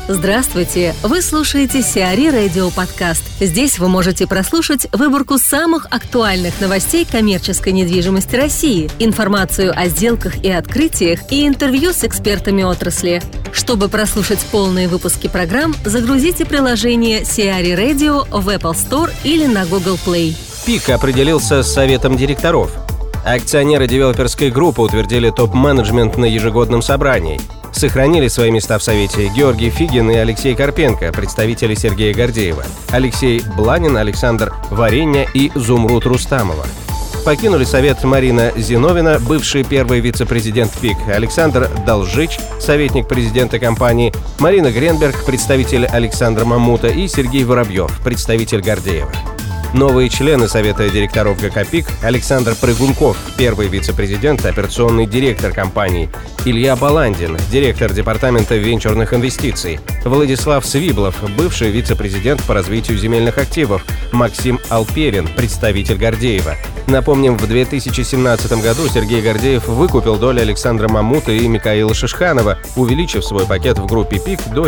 Здравствуйте! Вы слушаете Сиари Радио Подкаст. Здесь вы можете прослушать выборку самых актуальных новостей коммерческой недвижимости России, информацию о сделках и открытиях и интервью с экспертами отрасли. Чтобы прослушать полные выпуски программ, загрузите приложение Сиари Radio в Apple Store или на Google Play. ПИК определился с советом директоров. Акционеры девелоперской группы утвердили топ-менеджмент на ежегодном собрании. Сохранили свои места в Совете Георгий Фигин и Алексей Карпенко, представители Сергея Гордеева, Алексей Бланин, Александр Варенья и Зумруд Рустамова. Покинули Совет Марина Зиновина, бывший первый вице-президент ПИК, Александр Должич, советник президента компании, Марина Гренберг, представитель Александра Мамута и Сергей Воробьев, представитель Гордеева. Новые члены Совета директоров ГК «ПИК» Александр Прыгунков, первый вице-президент, операционный директор компании, Илья Баландин, директор департамента венчурных инвестиций, Владислав Свиблов, бывший вице-президент по развитию земельных активов, Максим Алперин, представитель Гордеева. Напомним, в 2017 году Сергей Гордеев выкупил доли Александра Мамута и Микаила Шишханова, увеличив свой пакет в группе «ПИК» до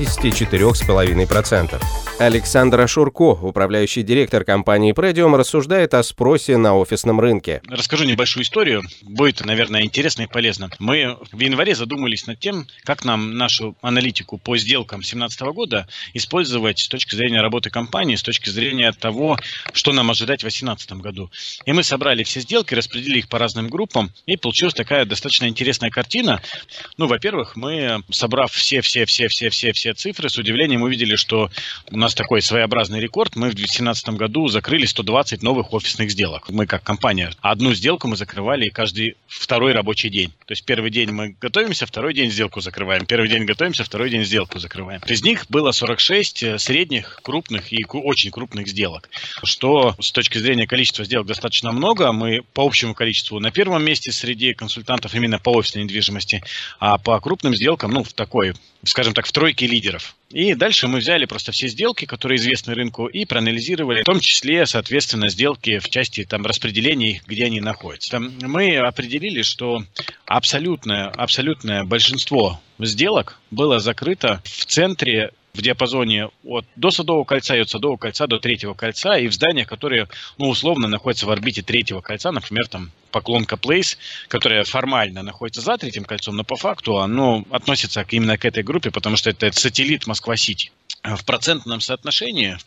74,5%. Александр Ашурко, управляющий директор компании «Предиум», рассуждает о спросе на офисном рынке. Расскажу небольшую историю. Будет, наверное, интересно и полезно. Мы в январе задумались над тем, как нам нашу аналитику по сделкам 2017 года использовать с точки зрения работы компании, с точки зрения того, что нам ожидать в 2018 году. И мы собрали все сделки, распределили их по разным группам, и получилась такая достаточно интересная картина. Ну, во-первых, мы, собрав все цифры, с удивлением увидели, что у нас такой своеобразный рекорд. Мы в 2017 году закрыли 120 новых офисных сделок. Мы как компания. Одну сделку мы закрывали каждый второй рабочий день. То есть первый день мы готовимся, второй день сделку закрываем. Первый день готовимся, второй день сделку закрываем. Из них было 46 средних, крупных и очень крупных сделок. Что с точки зрения количества сделок достаточно много. Мы по общему количеству на первом месте среди консультантов именно по офисной недвижимости, а по крупным сделкам, в такой, скажем так, в тройке лидеров. И дальше мы взяли просто все сделки, которые известны рынку, и проанализировали, в том числе, соответственно, сделки в части распределения, где они находятся. Мы определили, что абсолютное большинство сделок было закрыто в центре, в диапазоне до Садового кольца и от Садового кольца до Третьего кольца, и в зданиях, которые, условно, находятся в орбите Третьего кольца, например, Поклонка Плейс, которая формально находится за Третьим кольцом, но по факту оно относится именно к этой группе, потому что это сателлит Москва-Сити. В процентном соотношении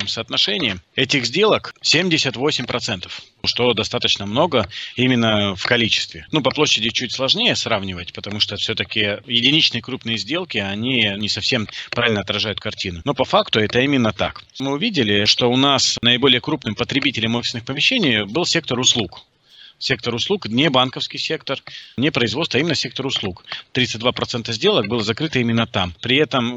этих сделок 78%, что достаточно много именно в количестве. По площади чуть сложнее сравнивать, потому что все-таки единичные крупные сделки, они не совсем правильно отражают картину. Но по факту это именно так. Мы увидели, что у нас наиболее крупным потребителем офисных помещений был сектор услуг. Сектор услуг, не банковский сектор, не производство, а именно сектор услуг. 32% сделок было закрыто именно там. При этом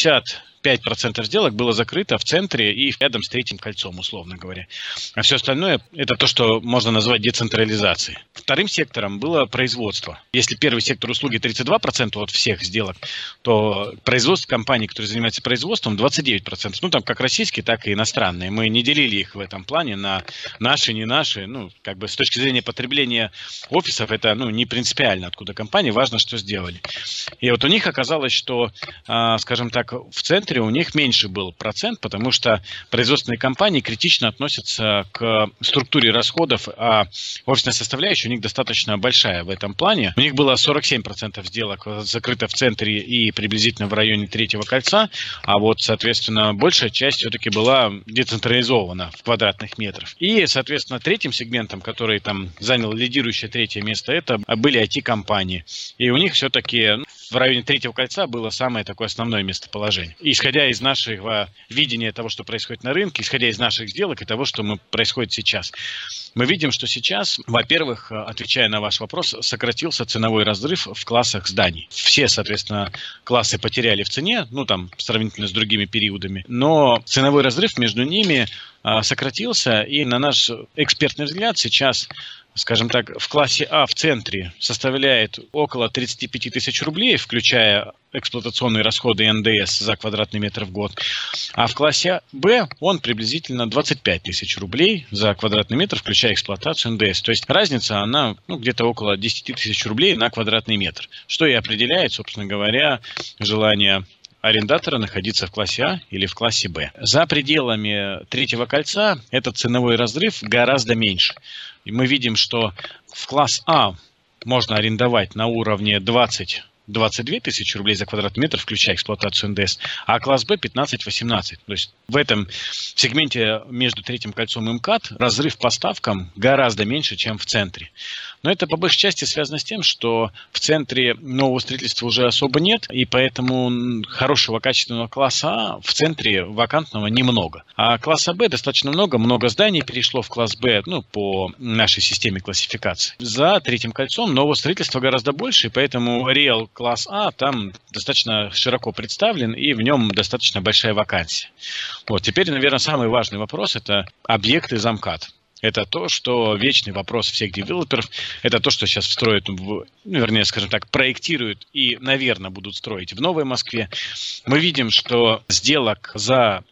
65% сделок было закрыто в центре и рядом с Третьим кольцом, условно говоря. А все остальное – это то, что можно назвать децентрализацией. Вторым сектором было производство. Если первый сектор услуги 32% от всех сделок, то производство компаний, которые занимаются производством, 29%. Там как российские, так и иностранные. Мы не делили их в этом плане на наши, не наши. С точки зрения потребления офисов, это не принципиально, откуда компании, важно, что сделали. И вот у них оказалось, что, скажем так, в центре у них меньше был процент, потому что производственные компании критично относятся к структуре расходов, а офисная составляющая у них достаточно большая в этом плане. У них было 47% сделок закрыто в центре и приблизительно в районе Третьего кольца, а соответственно, большая часть все-таки была децентрализована в квадратных метрах. И, соответственно, третьим сегментом, который занял лидирующее третье место, это были IT-компании. И у них все-таки в районе Третьего кольца было самое такое основное местоположение. Исходя из нашего видения того, что происходит на рынке, исходя из наших сделок и того, что происходит сейчас, мы видим, что сейчас, во-первых, отвечая на ваш вопрос, сократился ценовой разрыв в классах зданий. Все, соответственно, классы потеряли в цене, сравнительно с другими периодами, но ценовой разрыв между ними сократился, и на наш экспертный взгляд сейчас, скажем так, в классе А в центре составляет около 35 тысяч рублей, включая эксплуатационные расходы и НДС за квадратный метр в год. А в классе Б он приблизительно 25 тысяч рублей за квадратный метр, включая эксплуатацию НДС. То есть разница, она где-то около 10 тысяч рублей на квадратный метр, что и определяет, собственно говоря, желание арендатора находиться в классе А или в классе Б. За пределами третьего кольца этот ценовой разрыв гораздо меньше. И мы видим, что в класс А можно арендовать на уровне 20-22 тысячи рублей за квадратный метр, включая эксплуатацию НДС, а класс Б 15-18. То есть в этом сегменте между третьим кольцом и МКАД разрыв по ставкам гораздо меньше, чем в центре. Но это по большей части связано с тем, что в центре нового строительства уже особо нет, и поэтому хорошего качественного класса А в центре вакантного немного. А класса Б достаточно много зданий перешло в класс Б, по нашей системе классификации. За третьим кольцом нового строительства гораздо больше, и поэтому реал класс А там достаточно широко представлен, и в нем достаточно большая вакансия. Теперь, наверное, самый важный вопрос – это объекты за МКАД. Это то, что вечный вопрос всех девелоперов. Это то, что сейчас строят, проектируют и, наверное, будут строить в Новой Москве. Мы видим, что сделок за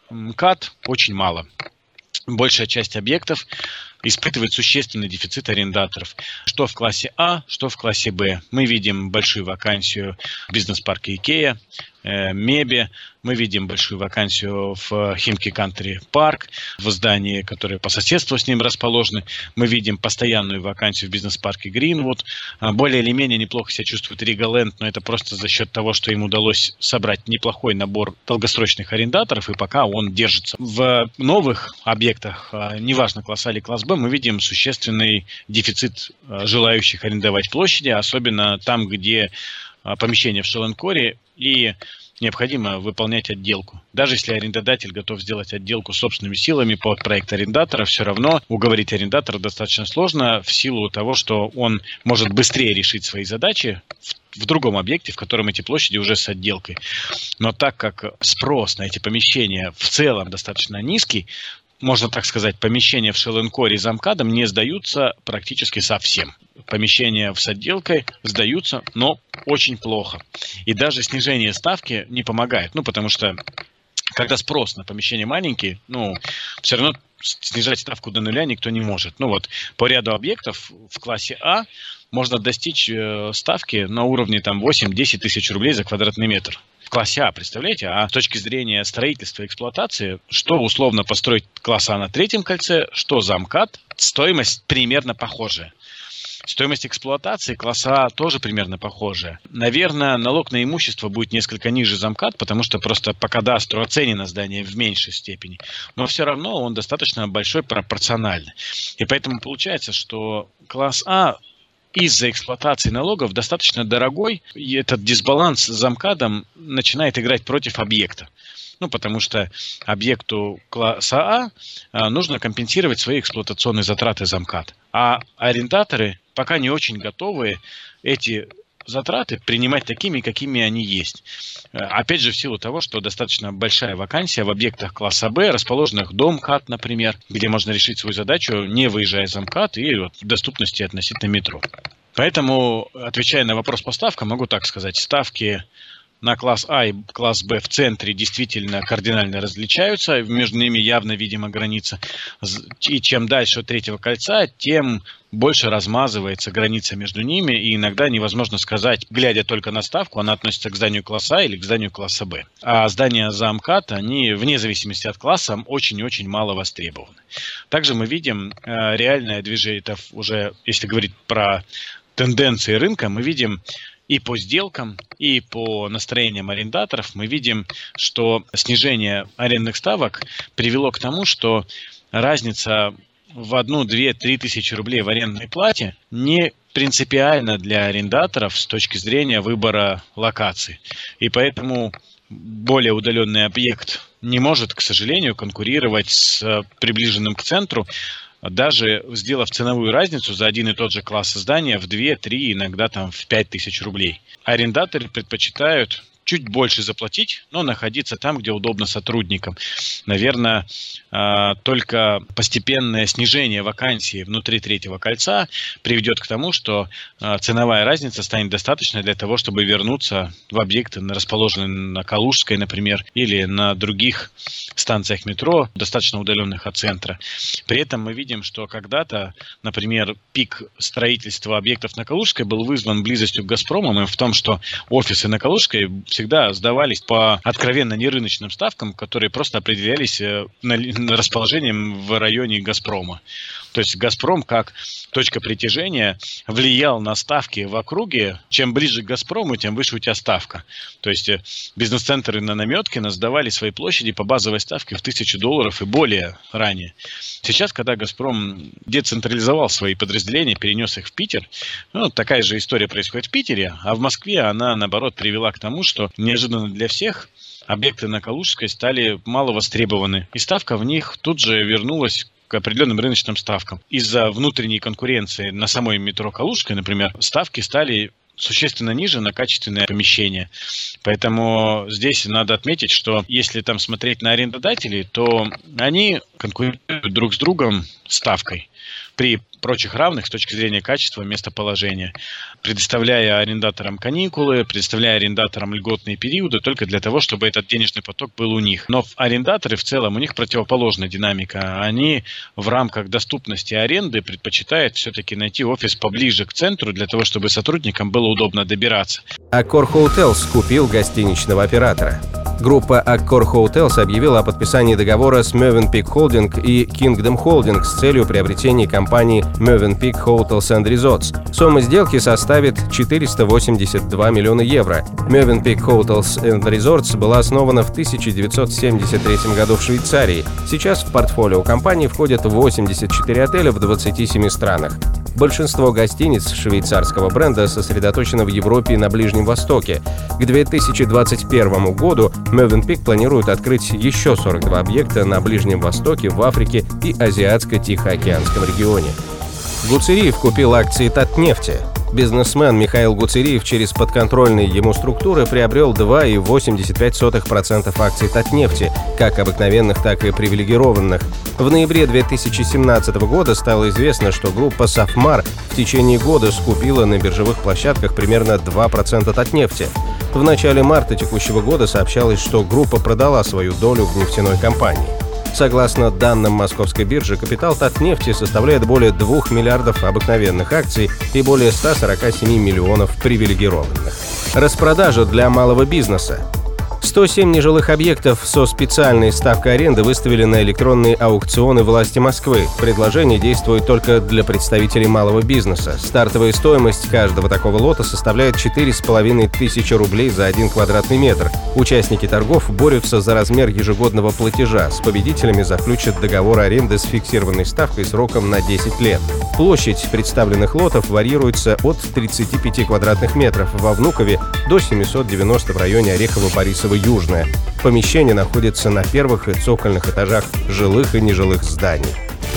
МКАД очень мало. Большая часть объектов испытывает существенный дефицит арендаторов. Что в классе А, что в классе Б. Мы видим большую вакансию в бизнес-парке Икеа, Мебе. Мы видим большую вакансию в Химки Кантри Парк, в здании, которое по соседству с ним расположено. Мы видим постоянную вакансию в бизнес-парке Гринвуд. Более или менее неплохо себя чувствует Ригаленд, но это просто за счет того, что им удалось собрать неплохой набор долгосрочных арендаторов, и пока он держится. В новых объектах, неважно класс А или класс Б, мы видим существенный дефицит желающих арендовать площади, особенно там, где помещение в шелл-н-коре и необходимо выполнять отделку. Даже если арендодатель готов сделать отделку собственными силами под проект арендатора, все равно уговорить арендатора достаточно сложно в силу того, что он может быстрее решить свои задачи в другом объекте, в котором эти площади уже с отделкой. Но так как спрос на эти помещения в целом достаточно низкий, можно так сказать, помещения в шелл-н-коре за МКАДом не сдаются практически совсем. Помещения с отделкой сдаются, но очень плохо. И даже снижение ставки не помогает. Потому что, когда спрос на помещение маленький, все равно снижать ставку до нуля никто не может. По ряду объектов в классе А можно достичь ставки на уровне 8-10 тысяч рублей за квадратный метр. В классе А, представляете? А с точки зрения строительства и эксплуатации, что условно построить класс А на третьем кольце, что за МКАД, стоимость примерно похожая. Стоимость эксплуатации класса А тоже примерно похожая. Наверное, налог на имущество будет несколько ниже за МКАД, потому что просто по кадастру оценено здание в меньшей степени. Но все равно он достаточно большой пропорционально. И поэтому получается, что класс А из-за эксплуатации налогов достаточно дорогой, и этот дисбаланс за МКАДом начинает играть против объекта. Потому что объекту класса А нужно компенсировать свои эксплуатационные затраты за МКАД. А арендаторы пока не очень готовы эти затраты принимать такими, какими они есть. Опять же, в силу того, что достаточно большая вакансия в объектах класса Б, расположенных до МКАД, например, где можно решить свою задачу, не выезжая за МКАД и в доступности относительно метро. Поэтому, отвечая на вопрос по ставкам, могу так сказать, ставки на класс А и класс Б в центре действительно кардинально различаются, между ними явно видима граница. И чем дальше от третьего кольца, тем больше размазывается граница между ними, и иногда невозможно сказать, глядя только на ставку, она относится к зданию класса А или к зданию класса Б. А здания за МКАД, они вне зависимости от класса очень и очень мало востребованы. Также мы видим реальное движение, это уже, если говорить про тенденции рынка, мы видим и по сделкам, и по настроениям арендаторов, мы видим, что снижение арендных ставок привело к тому, что разница в 1, 2, 3 тысячи рублей в арендной плате не принципиально для арендаторов с точки зрения выбора локации. И поэтому более удаленный объект не может, к сожалению, конкурировать с приближенным к центру, даже сделав ценовую разницу за один и тот же класс здания в 2, 3, иногда в 5 тысяч рублей. Арендаторы предпочитают чуть больше заплатить, но находиться там, где удобно сотрудникам. Наверное, только постепенное снижение вакансий внутри третьего кольца приведет к тому, что ценовая разница станет достаточной для того, чтобы вернуться в объекты, расположенные на Калужской, например, или на других станциях метро, достаточно удаленных от центра. При этом мы видим, что когда-то, например, пик строительства объектов на Калужской был вызван близостью к «Газпрому», и в том, что офисы на Калужской всегда сдавались по откровенно нерыночным ставкам, которые просто определялись расположением в районе «Газпрома». То есть «Газпром» как точка притяжения влиял на ставки в округе. Чем ближе к «Газпрому», тем выше у тебя ставка. То есть бизнес-центры на Наметкино сдавали свои площади по базовой ставке в $1000 и более ранее. Сейчас, когда «Газпром» децентрализовал свои подразделения, перенес их в Питер, такая же история происходит в Питере, а в Москве она, наоборот, привела к тому, что неожиданно для всех объекты на Калужской стали мало востребованы. И ставка в них тут же вернулась к определенным рыночным ставкам. Из-за внутренней конкуренции на самой метро Калужской, например, ставки стали существенно ниже на качественные помещения. Поэтому здесь надо отметить, что если там смотреть на арендодателей, то они конкурируют друг с другом ставкой при прочих равных с точки зрения качества, местоположения, предоставляя арендаторам каникулы, предоставляя арендаторам льготные периоды только для того, чтобы этот денежный поток был у них. Но арендаторы в целом, у них противоположная динамика. Они в рамках доступности аренды предпочитают все-таки найти офис поближе к центру для того, чтобы сотрудникам было удобно добираться. Accor Hotels купил гостиничного оператора. Группа Accor Hotels объявила о подписании договора с Mövenpick Holding и Kingdom Holding с целью приобретения компании Mövenpick Hotels and Resorts. Сумма сделки составит 482 миллиона евро. Mövenpick Hotels and Resorts была основана в 1973 году в Швейцарии. Сейчас в портфолио компании входят 84 отеля в 27 странах. Большинство гостиниц швейцарского бренда сосредоточено в Европе и на Ближнем Востоке. К 2021 году Mövenpick планирует открыть еще 42 объекта на Ближнем Востоке, в Африке и Азиатско-Тихоокеанском регионе. Гуцериев купил акции Татнефти. Бизнесмен Михаил Гуцериев через подконтрольные ему структуры приобрел 2,85% акций Татнефти, как обыкновенных, так и привилегированных. В ноябре 2017 года стало известно, что группа «Сафмар» в течение года скупила на биржевых площадках примерно 2% Татнефти. В начале марта текущего года сообщалось, что группа продала свою долю в нефтяной компании. Согласно данным Московской биржи, капитал Татнефти составляет более 2 миллиардов обыкновенных акций и более 147 миллионов привилегированных. Распродажа для малого бизнеса. 107 нежилых объектов со специальной ставкой аренды выставили на электронные аукционы власти Москвы. Предложение действует только для представителей малого бизнеса. Стартовая стоимость каждого такого лота составляет 4500 рублей за 1 квадратный метр. Участники торгов борются за размер ежегодного платежа. С победителями заключат договор аренды с фиксированной ставкой сроком на 10 лет. Площадь представленных лотов варьируется от 35 квадратных метров во Внукове до 790 в районе Орехово-Борисово-Южное. Помещение находится на первых и цокольных этажах жилых и нежилых зданий.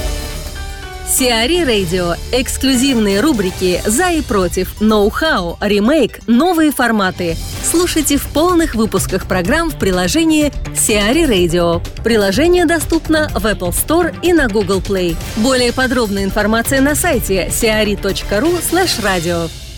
Сиари Radio. Эксклюзивные рубрики «За и против», «Ноу-хау», «Ремейк», «Новые форматы». Слушайте в полных выпусках программ в приложении Сиари Radio. Приложение доступно в Apple Store и на Google Play. Более подробная информация на сайте siari.ru/radio.